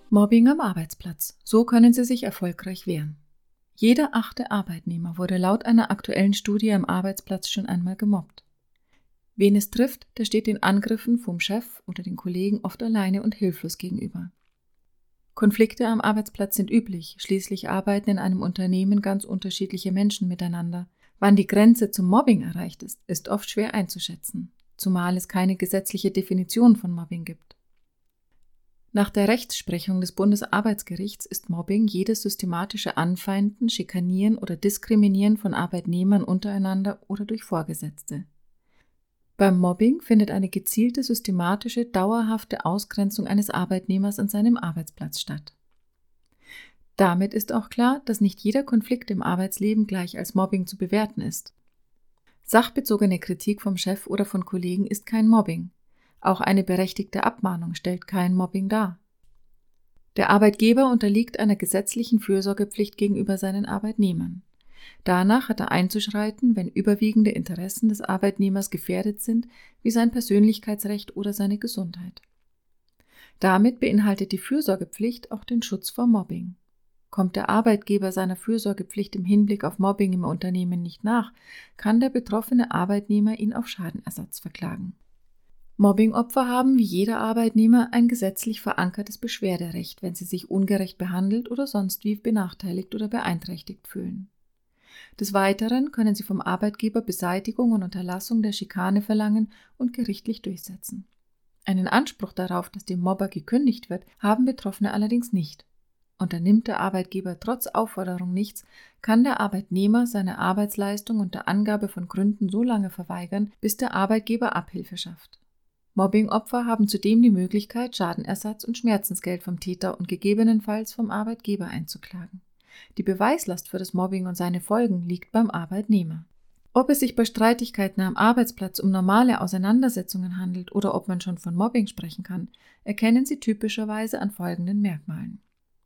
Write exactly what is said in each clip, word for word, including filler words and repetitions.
Mobbing am Arbeitsplatz. So können Sie sich erfolgreich wehren. Jeder achte Arbeitnehmer wurde laut einer aktuellen Studie am Arbeitsplatz schon einmal gemobbt. Wen es trifft, der steht den Angriffen vom Chef oder den Kollegen oft alleine und hilflos gegenüber. Konflikte am Arbeitsplatz sind üblich, schließlich arbeiten in einem Unternehmen ganz unterschiedliche Menschen miteinander. Wann die Grenze zum Mobbing erreicht ist, ist oft schwer einzuschätzen, zumal es keine gesetzliche Definition von Mobbing gibt. Nach der Rechtsprechung des Bundesarbeitsgerichts ist Mobbing jedes systematische Anfeinden, Schikanieren oder Diskriminieren von Arbeitnehmern untereinander oder durch Vorgesetzte. Beim Mobbing findet eine gezielte, systematische, dauerhafte Ausgrenzung eines Arbeitnehmers an seinem Arbeitsplatz statt. Damit ist auch klar, dass nicht jeder Konflikt im Arbeitsleben gleich als Mobbing zu bewerten ist. Sachbezogene Kritik vom Chef oder von Kollegen ist kein Mobbing. Auch eine berechtigte Abmahnung stellt kein Mobbing dar. Der Arbeitgeber unterliegt einer gesetzlichen Fürsorgepflicht gegenüber seinen Arbeitnehmern. Danach hat er einzuschreiten, wenn überwiegende Interessen des Arbeitnehmers gefährdet sind, wie sein Persönlichkeitsrecht oder seine Gesundheit. Damit beinhaltet die Fürsorgepflicht auch den Schutz vor Mobbing. Kommt der Arbeitgeber seiner Fürsorgepflicht im Hinblick auf Mobbing im Unternehmen nicht nach, kann der betroffene Arbeitnehmer ihn auf Schadenersatz verklagen. Mobbingopfer haben wie jeder Arbeitnehmer ein gesetzlich verankertes Beschwerderecht, wenn sie sich ungerecht behandelt oder sonst wie benachteiligt oder beeinträchtigt fühlen. Des Weiteren können sie vom Arbeitgeber Beseitigung und Unterlassung der Schikane verlangen und gerichtlich durchsetzen. Einen Anspruch darauf, dass dem Mobber gekündigt wird, haben Betroffene allerdings nicht. Unternimmt der Arbeitgeber trotz Aufforderung nichts, kann der Arbeitnehmer seine Arbeitsleistung unter Angabe von Gründen so lange verweigern, bis der Arbeitgeber Abhilfe schafft. Mobbingopfer haben zudem die Möglichkeit, Schadenersatz und Schmerzensgeld vom Täter und gegebenenfalls vom Arbeitgeber einzuklagen. Die Beweislast für das Mobbing und seine Folgen liegt beim Arbeitnehmer. Ob es sich bei Streitigkeiten am Arbeitsplatz um normale Auseinandersetzungen handelt oder ob man schon von Mobbing sprechen kann, erkennen Sie typischerweise an folgenden Merkmalen.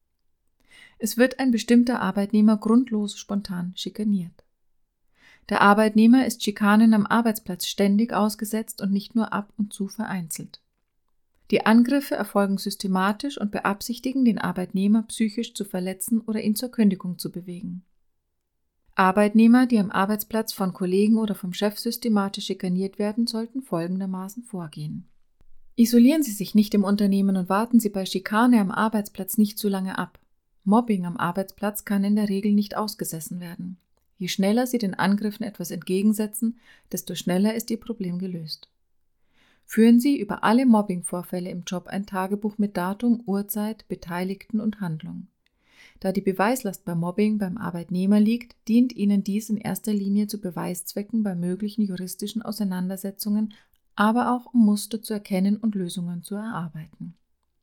Es wird ein bestimmter Arbeitnehmer grundlos spontan schikaniert. Der Arbeitnehmer ist Schikanen am Arbeitsplatz ständig ausgesetzt und nicht nur ab und zu vereinzelt. Die Angriffe erfolgen systematisch und beabsichtigen, den Arbeitnehmer psychisch zu verletzen oder ihn zur Kündigung zu bewegen. Arbeitnehmer, die am Arbeitsplatz von Kollegen oder vom Chef systematisch schikaniert werden, sollten folgendermaßen vorgehen. Isolieren Sie sich nicht im Unternehmen und warten Sie bei Schikane am Arbeitsplatz nicht zu lange ab. Mobbing am Arbeitsplatz kann in der Regel nicht ausgesessen werden. Je schneller Sie den Angriffen etwas entgegensetzen, desto schneller ist Ihr Problem gelöst. Führen Sie über alle Mobbing-Vorfälle im Job ein Tagebuch mit Datum, Uhrzeit, Beteiligten und Handlung. Da die Beweislast bei Mobbing beim Arbeitnehmer liegt, dient Ihnen dies in erster Linie zu Beweiszwecken bei möglichen juristischen Auseinandersetzungen, aber auch um Muster zu erkennen und Lösungen zu erarbeiten.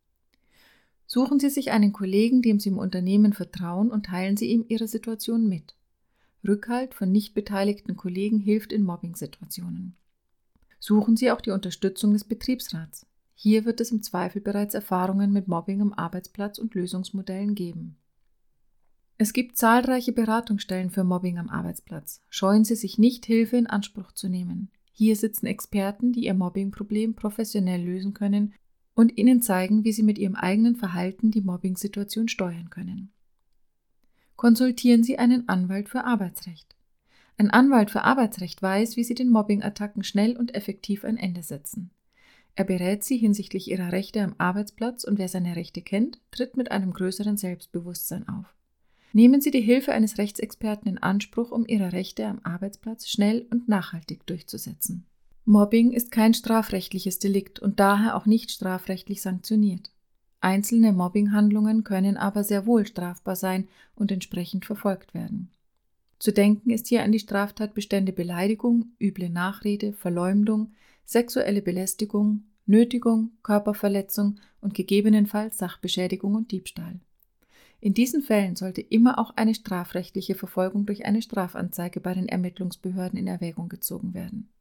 Suchen Sie sich einen Kollegen, dem Sie im Unternehmen vertrauen, und teilen Sie ihm Ihre Situation mit. Rückhalt von nicht beteiligten Kollegen hilft in Mobbing-Situationen. Suchen Sie auch die Unterstützung des Betriebsrats. Hier wird es im Zweifel bereits Erfahrungen mit Mobbing am Arbeitsplatz und Lösungsmodellen geben. Es gibt zahlreiche Beratungsstellen für Mobbing am Arbeitsplatz. Scheuen Sie sich nicht, Hilfe in Anspruch zu nehmen. Hier sitzen Experten, die Ihr Mobbing-Problem professionell lösen können und Ihnen zeigen, wie Sie mit Ihrem eigenen Verhalten die Mobbing-Situation steuern können. Konsultieren Sie einen Anwalt für Arbeitsrecht. Ein Anwalt für Arbeitsrecht weiß, wie Sie den Mobbing-Attacken schnell und effektiv ein Ende setzen. Er berät Sie hinsichtlich Ihrer Rechte am Arbeitsplatz und wer seine Rechte kennt, tritt mit einem größeren Selbstbewusstsein auf. Nehmen Sie die Hilfe eines Rechtsexperten in Anspruch, um Ihre Rechte am Arbeitsplatz schnell und nachhaltig durchzusetzen. Mobbing ist kein strafrechtliches Delikt und daher auch nicht strafrechtlich sanktioniert. Einzelne Mobbinghandlungen können aber sehr wohl strafbar sein und entsprechend verfolgt werden. Zu denken ist hier an die Straftatbestände Beleidigung, üble Nachrede, Verleumdung, sexuelle Belästigung, Nötigung, Körperverletzung und gegebenenfalls Sachbeschädigung und Diebstahl. In diesen Fällen sollte immer auch eine strafrechtliche Verfolgung durch eine Strafanzeige bei den Ermittlungsbehörden in Erwägung gezogen werden.